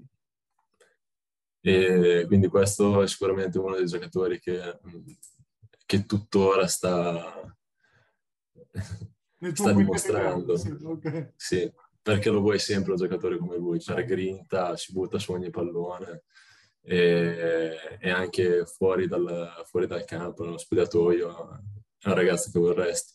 E quindi questo è sicuramente uno dei giocatori che tuttora Nel tuo sta quintetto dimostrando. sì, okay. Sì, perché lo vuoi sempre un giocatore come lui, per grinta, si butta su ogni pallone e anche fuori dal campo, nello spogliatoio, è un ragazzo che vorresti.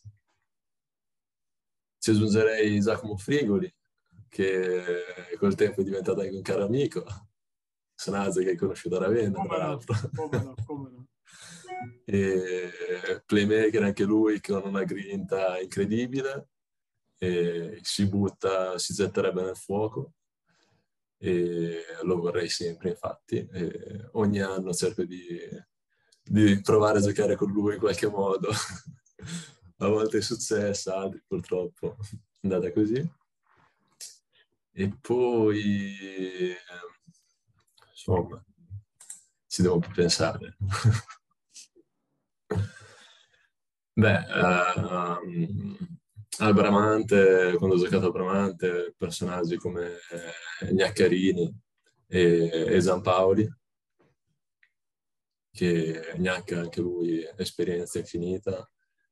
Ci aggiungerei Giacomo Frigoli, che col tempo è diventato anche un caro amico. Sanazzo che hai conosciuto a Ravenna, tra l'altro. Come no. E playmaker anche lui, con una grinta incredibile, e si butta, si getterebbe nel fuoco e lo vorrei sempre, infatti. E ogni anno cerco di provare a giocare con lui in qualche modo. A volte è successo, altri purtroppo è andata così. E poi, insomma, ci devo pensare. Beh, al Bramante, quando ho giocato al Bramante, personaggi come Gnaccarini e Giampaoli, che Gnacca anche lui esperienza infinita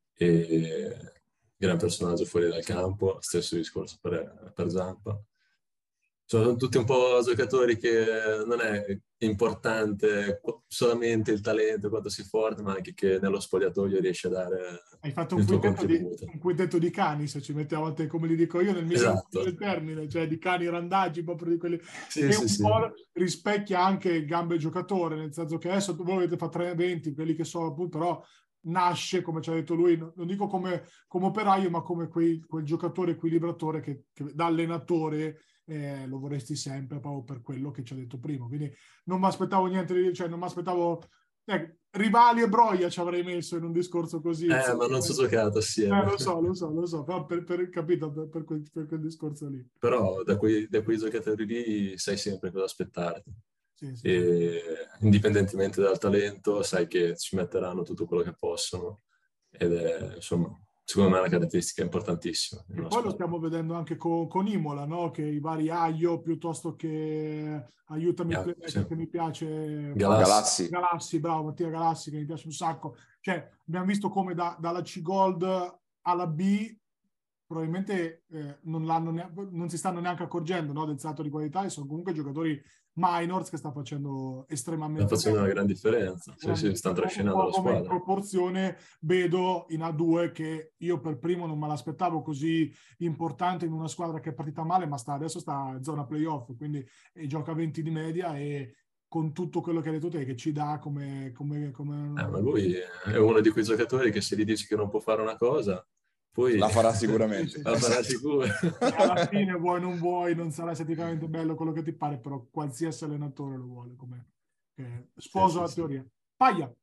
e gran personaggio fuori dal campo, stesso discorso per Zampa. Sono tutti un po' giocatori che non è importante solamente il talento, quanto si forte, ma anche che nello spogliatoio riesce a dare Hai fatto il tuo contributo. un quintetto di cani, se ci mettiamo a te, come li dico io, nel migliore Esatto. del termine, cioè di cani randaggi, proprio di quelli Sì, che sì, un sì. po' rispecchia anche gambe giocatore, nel senso che adesso voi avete fatto 3-20, quelli che sono appunto, però nasce, come ci ha detto lui, non dico come operaio, ma come quel giocatore equilibratore che da allenatore lo vorresti sempre proprio per quello che ci ha detto prima. Quindi non mi aspettavo niente, cioè non mi aspettavo rivali e Broia ci avrei messo in un discorso così. Ma non ci ho giocato assieme. Lo so, però capito, per quel discorso lì. Però da quei giocatori lì sai sempre cosa aspettarti. Sì. E indipendentemente dal talento, sai che ci metteranno tutto quello che possono. Ed è, insomma, secondo me è una caratteristica importantissima. E poi lo stiamo vedendo anche con Imola, no? Che i vari Aio, piuttosto che aiutami, Sì. che mi piace Galassi, bravo, Mattia Galassi, che mi piace un sacco. Cioè, abbiamo visto come dalla C Gold alla B probabilmente non si stanno neanche accorgendo, no, del salto di qualità, e sono comunque giocatori minors che sta facendo Sta estremamente facendo bene. una gran differenza. Sì, stanno Un trascinando po' la come in squadra. proporzione vedo in A2, che io per primo non me l'aspettavo così importante in una squadra che è partita male, ma adesso sta in zona playoff, quindi gioca 20 di media, e con tutto quello che hai detto te, che ci dà come... Ma lui è uno di quei giocatori che se gli dici che non può fare una cosa, poi la farà sicuramente. Sì. la farà sicuro. Alla fine vuoi non vuoi, non sarà esteticamente bello quello che ti pare, però qualsiasi allenatore lo vuole, come sposo la teoria. Paglia.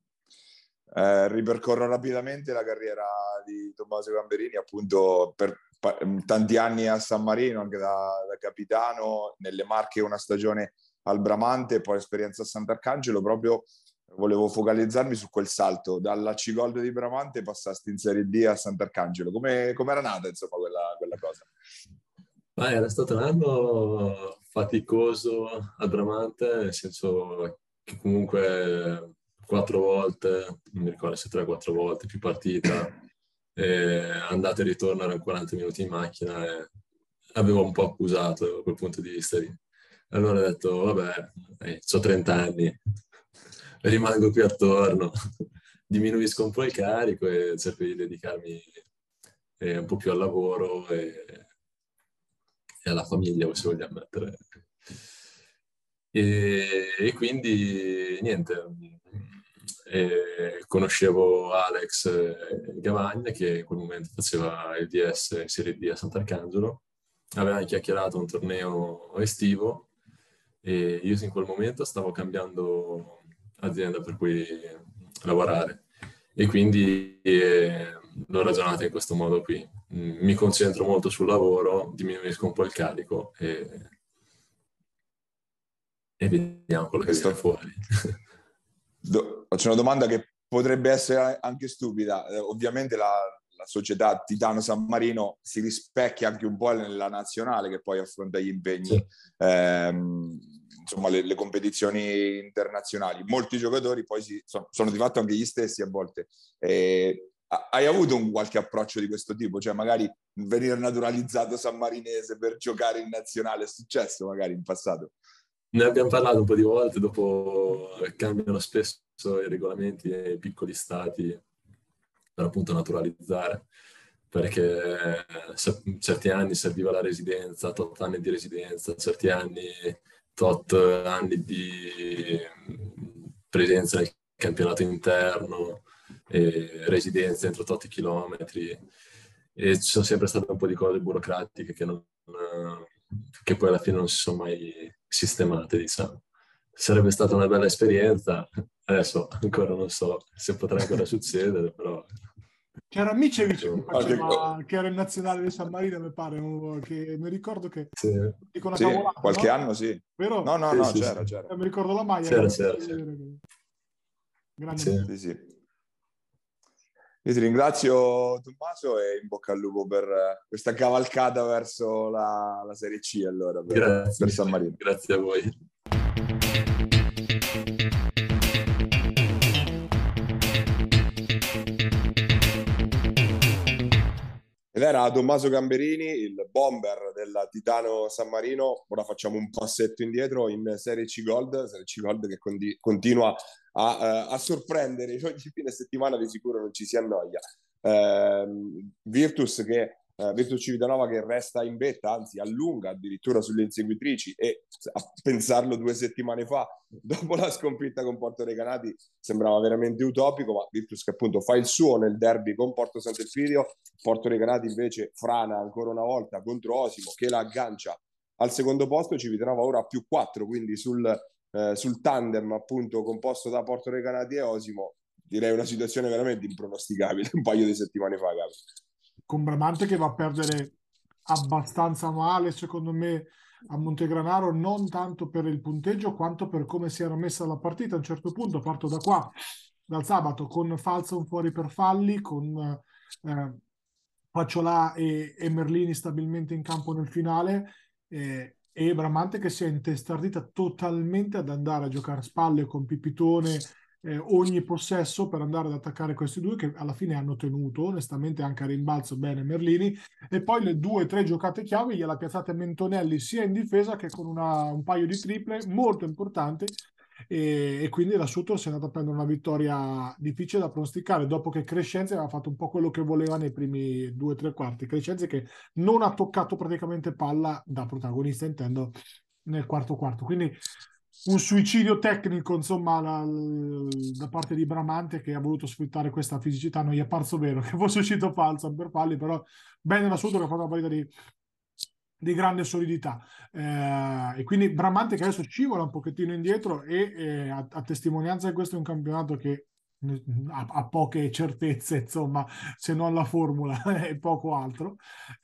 Ripercorro rapidamente la carriera di Tommaso Gamberini, appunto per tanti anni a San Marino, anche da capitano, nelle Marche una stagione al Bramante, poi esperienza a Sant'Arcangelo. Proprio volevo focalizzarmi su quel salto, dalla C-Gold di Bramante passasti in Serie D a Sant'Arcangelo. Come era nata, insomma, quella cosa? Era stato un anno faticoso al Bramante, nel senso che comunque 4 volte, non mi ricordo se 3-4 volte più partita, andata e ritorno erano 40 minuti in macchina e avevo un po' accusato da quel punto di vista lì. Allora ho detto, vabbè, ho 30 anni, rimango qui attorno, diminuisco un po' il carico e cerco di dedicarmi un po' più al lavoro e alla famiglia, se vogliamo mettere. E quindi niente, conoscevo Alex Gavagna, che in quel momento faceva il DS in Serie D a Sant'Arcangelo, aveva chiacchierato un torneo estivo e io in quel momento stavo cambiando azienda per cui lavorare, e quindi l'ho ragionata in questo modo qui. Mi concentro molto sul lavoro, diminuisco un po' il carico e vediamo quello che viene fuori. Faccio una domanda che potrebbe essere anche stupida. Ovviamente la società Titano San Marino si rispecchia anche un po' nella nazionale, che poi affronta gli impegni, sì. Insomma, le competizioni internazionali. Molti giocatori poi sono di fatto anche gli stessi a volte. Hai avuto un qualche approccio di questo tipo? Cioè magari venire naturalizzato sammarinese per giocare in nazionale, è successo magari in passato? Ne abbiamo parlato un po' di volte, dopo cambiano spesso i regolamenti nei piccoli stati per appunto naturalizzare, perché certi anni serviva la residenza, tot anni di residenza, certi anni, tot anni di presenza nel campionato interno, e residenza entro tot chilometri, e ci sono sempre state un po' di cose burocratiche che poi alla fine non si sono mai sistemate, diciamo. Sarebbe stata una bella esperienza, adesso ancora non so se potrà ancora succedere, però... C'era Micevic che Qualche- che era il nazionale di San Marino, mi pare, che mi ricordo che Sì, dico una Sì, cavolata, qualche no? anno sì. Vero? No, no, sì, no, sì, c'era, sì. c'era. Mi ricordo la maglia. C'era, che- c'era, c'era. Grande. Sì. Sì, sì. Io ti ringrazio Tommaso e in bocca al lupo per questa cavalcata verso la Serie C allora Grazie per San mille, Marino. grazie a voi. Ed era Tommaso Gamberini, il bomber del Titano San Marino. Ora facciamo un passetto indietro in Serie C Gold che continua a sorprendere. Ogni fine settimana di sicuro non ci si annoia. Virtus Civitanova che resta in vetta, anzi allunga addirittura sulle inseguitrici, e a pensarlo 2 settimane fa, dopo la sconfitta con Porto Recanati, sembrava veramente utopico, ma Virtus che appunto fa il suo nel derby con Porto Sant'Elpidio. Porto Recanati invece frana ancora una volta contro Osimo che la aggancia al secondo posto. Civitanova ora a +4, quindi sul tandem appunto composto da Porto Recanati e Osimo, direi una situazione veramente impronosticabile un paio di settimane fa, Gabri. Con Bramante che va a perdere abbastanza male, secondo me, a Montegranaro, non tanto per il punteggio quanto per come si era messa la partita. A un certo punto parto da qua, dal sabato, con Falson fuori per falli, con Facciolà e Merlini stabilmente in campo nel finale, e Bramante che si è intestardita totalmente ad andare a giocare a spalle con Pipitone ogni possesso per andare ad attaccare questi due che alla fine hanno tenuto onestamente anche a rimbalzo bene Merlini, e poi le 2 o 3 giocate chiave gliela piazzate Mentonelli sia in difesa che con un paio di triple molto importanti, e quindi la Sutton si è andata a prendere una vittoria difficile da pronosticare dopo che Crescenzi aveva fatto un po' quello che voleva nei primi 2 o 3 quarti. Crescenzi che non ha toccato praticamente palla da protagonista, intendo, nel quarto quarto, quindi un suicidio tecnico insomma da parte di Bramante, che ha voluto sfruttare questa fisicità. Non gli è parso vero che fosse uscito falso per falli, però bene la Sutton che ha fatto una partita di grande solidità, e quindi Bramante che adesso scivola un pochettino indietro, e a testimonianza di questo è un campionato che ha poche certezze, insomma, se non la formula e poco altro,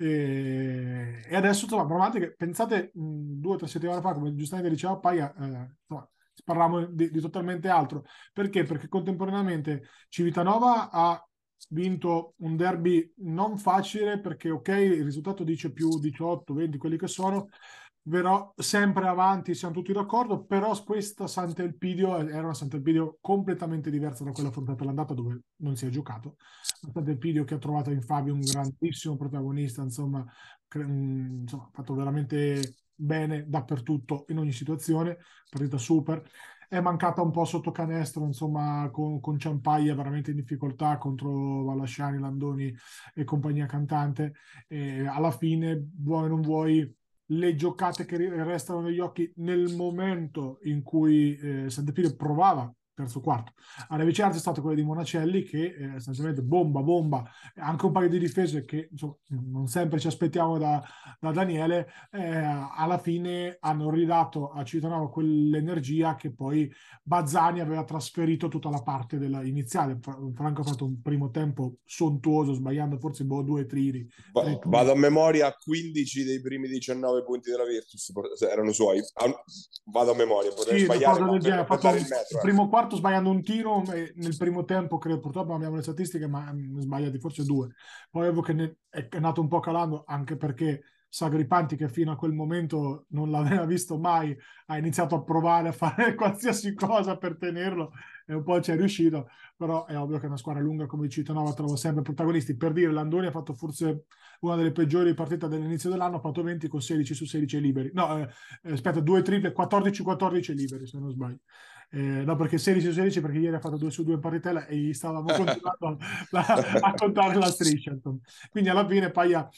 e adesso insomma Bramante che pensate 2 o 3 settimane fa, come giustamente diceva Paia, insomma, parlavamo di totalmente altro. Perché contemporaneamente Civitanova ha vinto un derby non facile, perché ok, il risultato dice più 18, 20, quelli che sono, però sempre avanti, siamo tutti d'accordo, però questa Sant'Elpidio era una Sant'Elpidio completamente diversa da quella affrontata l'andata, dove non si è giocato. Sant'Elpidio che ha trovato in Fabio un grandissimo protagonista, insomma, insomma, ha fatto veramente bene dappertutto, in ogni situazione, partita super. È mancata un po' sotto canestro, insomma, con Ciampaglia veramente in difficoltà contro Vallasciani, Landoni e compagnia cantante. E alla fine, vuoi o non vuoi, le giocate che restano negli occhi nel momento in cui Sant'Elpidio provava terzo quarto a ravvicinarsi è stato quello di Monacelli, che essenzialmente bomba, anche un paio di difese che insomma, non sempre ci aspettiamo da Daniele, alla fine hanno ridato a Civitanova quell'energia che poi Bazzani aveva trasferito tutta la parte iniziale. Franco ha fatto un primo tempo sontuoso, sbagliando forse 2 tiri. Vado a memoria, 15 dei primi 19 punti della Virtus erano suoi. Vado a memoria, potrei Sì, una sbagliare, cosa ma del genere. Ha per fatto dare il il metro. primo quarto sbagliando un tiro, e nel primo tempo credo, purtroppo non abbiamo le statistiche, ma ne sbagliati forse 2. Poi ovvio che è nato un po' calando, anche perché Sagripanti, che fino a quel momento non l'aveva visto mai, ha iniziato a provare a fare qualsiasi cosa per tenerlo e un po' ci è riuscito, però è ovvio che è una squadra lunga, come dici Nova, trovo sempre protagonisti. Per dire, Landoni ha fatto forse una delle peggiori partite dall'inizio dell'anno, ha fatto 20 con 16 su 16 liberi. No, aspetta, 2 triple, 14-14 liberi, se non sbaglio. No, perché 16 su 16, perché ieri ha fatto 2 su 2 in partitella e gli stavamo continuando a contare la striscia. Insomma. Quindi alla fine Paia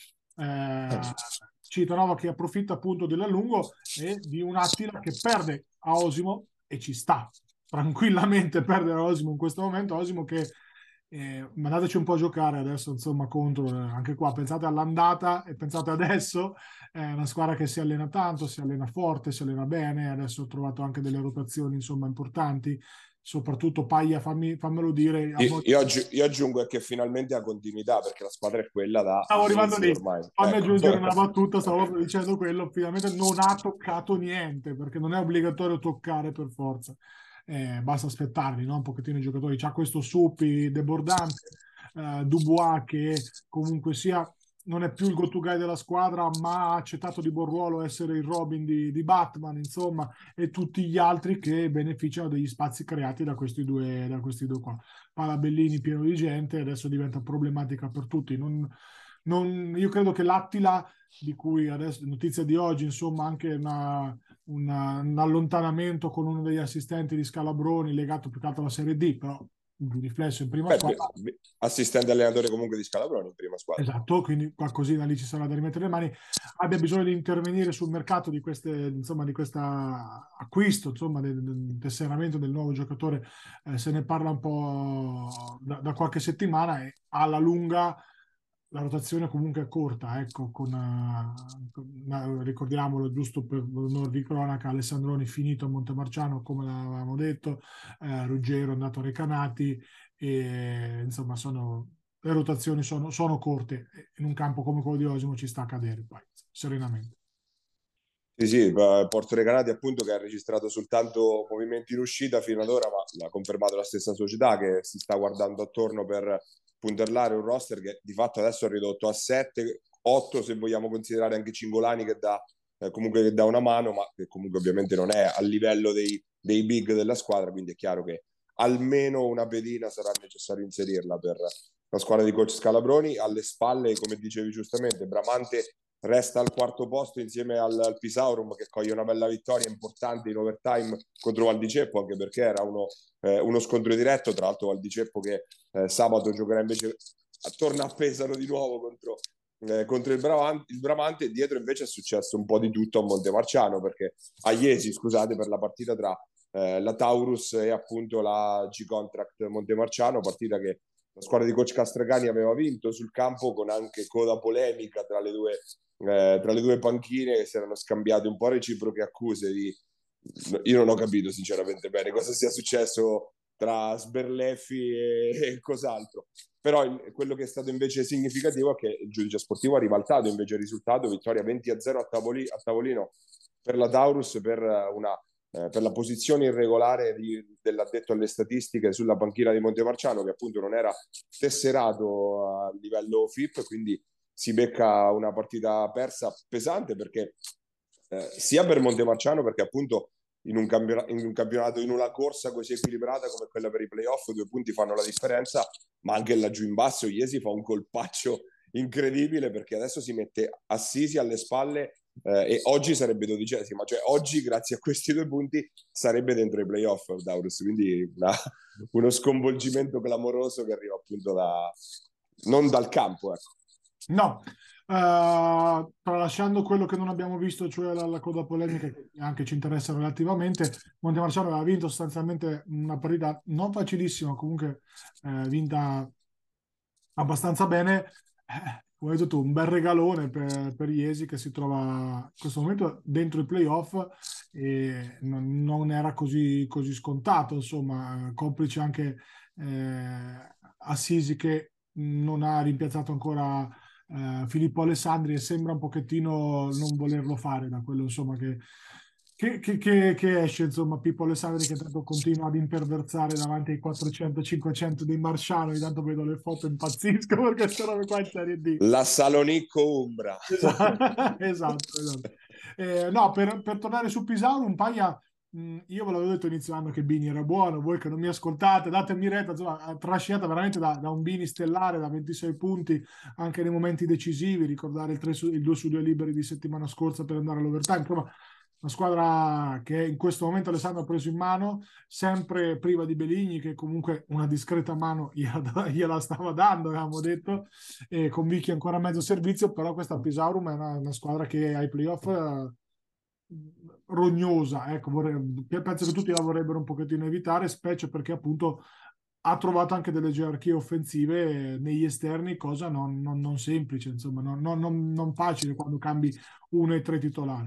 Citanova che approfitta appunto dell'allungo e di un Attila che perde a Osimo e ci sta tranquillamente perdere a Osimo in questo momento. Osimo che mandateci un po' a giocare adesso, insomma, contro anche qua. Pensate all'andata e pensate adesso. È una squadra che si allena tanto, si allena forte, si allena bene. Adesso ho trovato anche delle rotazioni, insomma, importanti. Soprattutto Paglia, fammelo dire. Io aggiungo che finalmente ha continuità, perché la squadra è quella da Stavo arrivando lì. ormai. Fammi Ecco. aggiungere una battuta, stavo proprio dicendo quello. Finalmente non ha toccato niente, perché non è obbligatorio toccare per forza. Basta aspettarli, no? Un pochettino i giocatori. C'ha questo Suppi debordante, Dubois che comunque sia non è più il go-to guy della squadra, ma ha accettato di buon ruolo essere il Robin di Batman, insomma, e tutti gli altri che beneficiano degli spazi creati da questi due qua. Palabellini pieno di gente, adesso diventa problematica per tutti. Io credo che l'Attila, di cui adesso notizia di oggi, insomma, anche un allontanamento con uno degli assistenti di Scalabroni legato più che altro alla Serie D, però di riflesso in prima squadra. Assistente allenatore comunque di Scalabroni in prima squadra. Esatto, quindi qualcosina lì ci sarà da rimettere le mani. Abbia bisogno di intervenire sul mercato di queste, insomma, di questo acquisto, insomma, del tesseramento del nuovo giocatore. Se ne parla un po' da qualche settimana e alla lunga la rotazione comunque è corta, ecco, ricordiamolo giusto per onor di cronaca, Alessandroni finito a Montemarciano come l'avevamo detto, Ruggero è andato a Recanati e insomma le rotazioni sono corte, in un campo come quello di Osimo ci sta a cadere poi, serenamente. Sì, Porto Recanati appunto che ha registrato soltanto movimenti in uscita fino ad ora, ma l'ha confermato la stessa società che si sta guardando attorno per puntellare un roster che di fatto adesso è ridotto a 7, 8 se vogliamo considerare anche Cingolani che dà comunque che dà una mano, ma che comunque ovviamente non è a livello dei big della squadra, quindi è chiaro che almeno una pedina sarà necessario inserirla per la squadra di coach Scalabroni. Alle spalle, come dicevi giustamente, Bramante resta al quarto posto insieme al Pisaurum che coglie una bella vittoria importante in overtime contro Valdiceppo, anche perché era uno scontro diretto. Tra l'altro Valdiceppo che sabato giocherà invece torna a Pesaro di nuovo contro il Bramante, e dietro invece è successo un po' di tutto a Montemarciano, perché a Iesi, scusate, per la partita tra la Taurus e appunto la G-Contract Montemarciano, partita che la squadra di coach Castracani aveva vinto sul campo, con anche coda polemica tra le due panchine che si erano scambiate un po' reciproche accuse io non ho capito sinceramente bene cosa sia successo tra sberleffi e cos'altro, però quello che è stato invece significativo è che il giudice sportivo ha ribaltato invece il risultato, vittoria 20-0 a Tavolino per la Taurus per la posizione irregolare dell'addetto alle statistiche sulla panchina di Montemarciano, che appunto non era tesserato a livello FIP, quindi si becca una partita persa pesante, perché sia per Montemarciano, perché appunto in un campionato, in una corsa così equilibrata come quella per i playoff, 2 punti fanno la differenza, ma anche laggiù in basso Iesi fa un colpaccio incredibile, perché adesso si mette Assisi alle spalle e oggi sarebbe 12ª, cioè oggi grazie a questi 2 punti sarebbe dentro i playoff Taurus, quindi uno sconvolgimento clamoroso che arriva appunto non dal campo, ecco. No, tralasciando quello che non abbiamo visto, cioè la coda polemica che anche ci interessa relativamente, Montemarciano aveva vinto sostanzialmente una partita non facilissima, comunque vinta abbastanza bene. Come hai detto tu, un bel regalone per Iesi che si trova in questo momento dentro i playoff e non era così scontato, insomma, complice anche Assisi che non ha rimpiazzato ancora Filippo Alessandri e sembra un pochettino non volerlo fare, da quello insomma che che esce, insomma, Pippo Alessandri che tanto continua ad imperversare davanti ai 400-500 dei Marciano, ogni tanto vedo le foto impazzisco per queste robe qua in Serie D. La Salonicco Umbra. Esatto, esatto. No, per tornare su Pisauro, un paia, io ve l'avevo detto inizio anno che Bini era buono, voi che non mi ascoltate, datemi retta, insomma, trascinata veramente da un Bini stellare, da 26 punti, anche nei momenti decisivi, ricordare il 2 su 2 liberi di settimana scorsa per andare all'overtime, insomma, una squadra che in questo momento Alessandro ha preso in mano, sempre priva di Beligni, che comunque una discreta mano gliela stava dando, avevamo detto, e con Vicky ancora a mezzo servizio, però questa Pisaurum è una squadra che ai playoff rognosa, ecco, penso che tutti la vorrebbero un pochettino evitare, specie perché appunto ha trovato anche delle gerarchie offensive negli esterni, cosa non semplice, insomma, non facile quando cambi uno e tre titolari.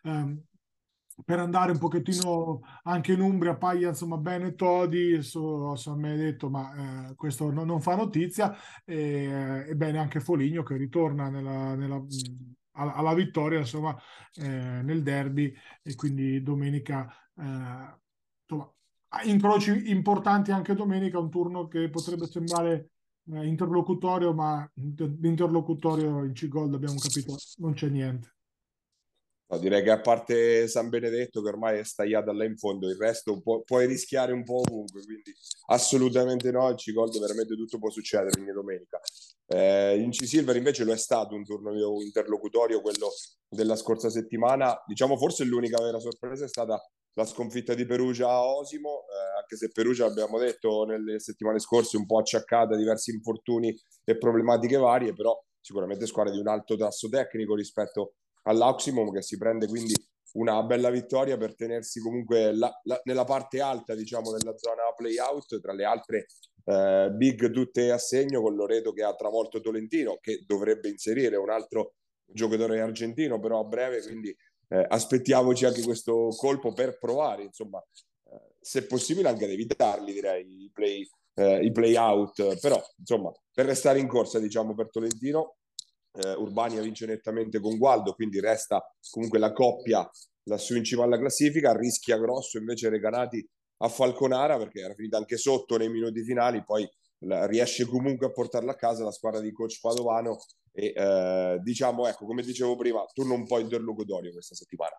Per andare un pochettino anche in Umbria, Paglia, insomma, bene Todi, mi hai detto, ma questo non fa notizia, e bene anche Foligno che ritorna alla vittoria, insomma, nel derby, e quindi domenica, insomma, incroci importanti anche domenica, un turno che potrebbe sembrare interlocutorio, ma l'interlocutorio in C-Gold abbiamo capito non c'è niente. No, direi che a parte San Benedetto, che ormai è stagliata là in fondo, il resto puoi rischiare un po' ovunque, quindi assolutamente no, il C-Gold veramente tutto può succedere ogni domenica. In C-Silver invece lo è stato un turno interlocutorio, quello della scorsa settimana. Diciamo forse l'unica vera sorpresa è stata la sconfitta di Perugia a Osimo, anche se Perugia, abbiamo detto nelle settimane scorse, un po' acciaccata, diversi infortuni e problematiche varie, però sicuramente squadra di un alto tasso tecnico rispetto all'Oximum, che si prende quindi una bella vittoria per tenersi comunque nella parte alta, diciamo, della zona play-out, tra le altre big tutte a segno, con Loreto che ha travolto Tolentino, che dovrebbe inserire un altro giocatore argentino però a breve, quindi aspettiamoci anche questo colpo per provare, insomma, se possibile anche ad evitarli, direi, i play out, però insomma, per restare in corsa, diciamo, per Tolentino. Urbania vince nettamente con Gualdo, quindi resta comunque la coppia lassù in cima alla classifica. Rischia grosso invece Recanati a Falconara, perché era finita anche sotto nei minuti finali, poi riesce comunque a portarla a casa la squadra di coach Padovano, e diciamo, ecco, come dicevo prima, turno un po' interlocutorio questa settimana.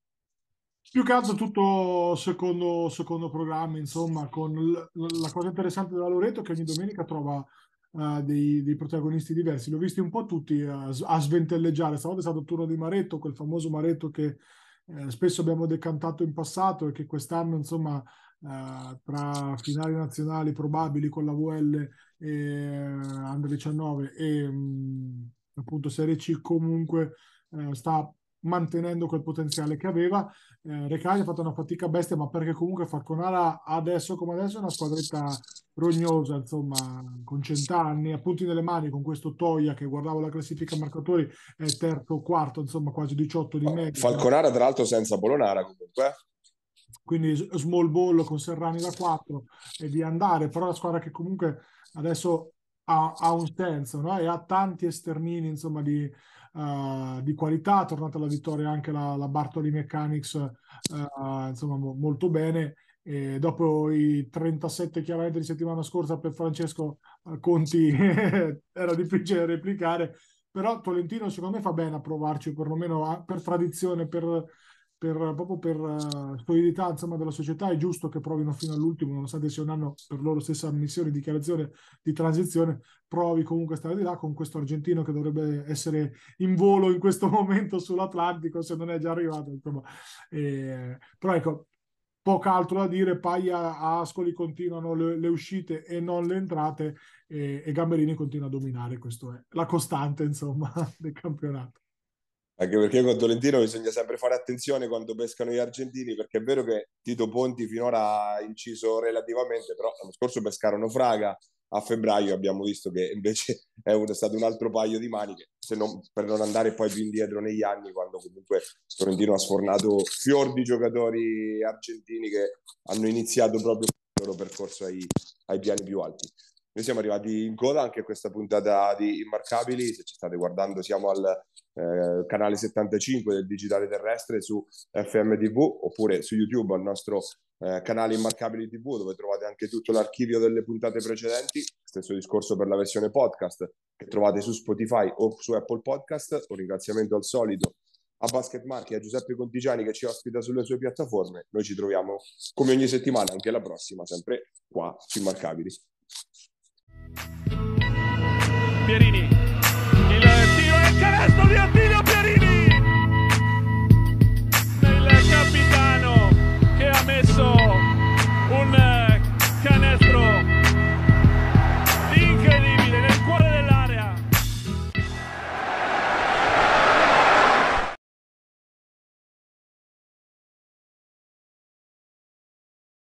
Più che altro tutto secondo programma, insomma, con la cosa interessante della Loreto è che ogni domenica trova dei protagonisti diversi. L'ho visti un po' tutti a sventelleggiare. Stavolta è stato il turno di Maretto, quel famoso Maretto che spesso abbiamo decantato in passato e che quest'anno, insomma, tra finali nazionali probabili con la VL e Under 19 e appunto Serie C comunque sta mantenendo quel potenziale che aveva. Recani ha fatto una fatica bestia, ma perché comunque Falconara adesso come adesso è una squadretta rognosa, insomma, con 100 anni, a punti nelle mani, con questo Toia che guardavo la classifica marcatori, è terzo o quarto, insomma, quasi 18 di media. Falconara, tra l'altro, senza Polonara comunque. Quindi small ball con Serrani da 4 e di andare, però la squadra che comunque adesso ha un senso, no? E ha tanti esternini, insomma, di qualità. Tornata alla vittoria anche la Bartoli Mechanics, insomma, molto bene. E dopo i 37 chiaramente di settimana scorsa per Francesco Conti era difficile replicare, però Tolentino secondo me fa bene a provarci, perlomeno per tradizione, proprio per solidità, insomma, della società. È giusto che provino fino all'ultimo, nonostante sia un anno per loro stessa ammissione e dichiarazione di transizione, provi comunque a stare di là con questo argentino che dovrebbe essere in volo in questo momento sull'Atlantico, se non è già arrivato, insomma. Però ecco, poco altro da dire. Paia a Ascoli continuano le uscite e non le entrate, e Gamberini continua a dominare. Questo è la costante, insomma, del campionato. Anche perché con Tolentino bisogna sempre fare attenzione quando pescano gli argentini, perché è vero che Tito Ponti finora ha inciso relativamente, però l'anno scorso pescarono Fraga a febbraio, abbiamo visto che invece è stato un altro paio di maniche, se non, per non andare poi più indietro negli anni, quando comunque Tolentino ha sfornato fior di giocatori argentini che hanno iniziato proprio il loro percorso ai piani più alti. Noi siamo arrivati in coda anche a questa puntata di Immarcabili. Se ci state guardando, siamo al canale 75 del Digitale Terrestre su FMTV, oppure su YouTube al nostro canale Immarcabili TV, dove trovate anche tutto l'archivio delle puntate precedenti. Stesso discorso per la versione podcast che trovate su Spotify o su Apple Podcast. Un ringraziamento al solito a Basket Marchi e a Giuseppe Contigiani che ci ospita sulle sue piattaforme. Noi ci troviamo come ogni settimana, anche la prossima, sempre qua su Immarcabili. Pierini, il tiro è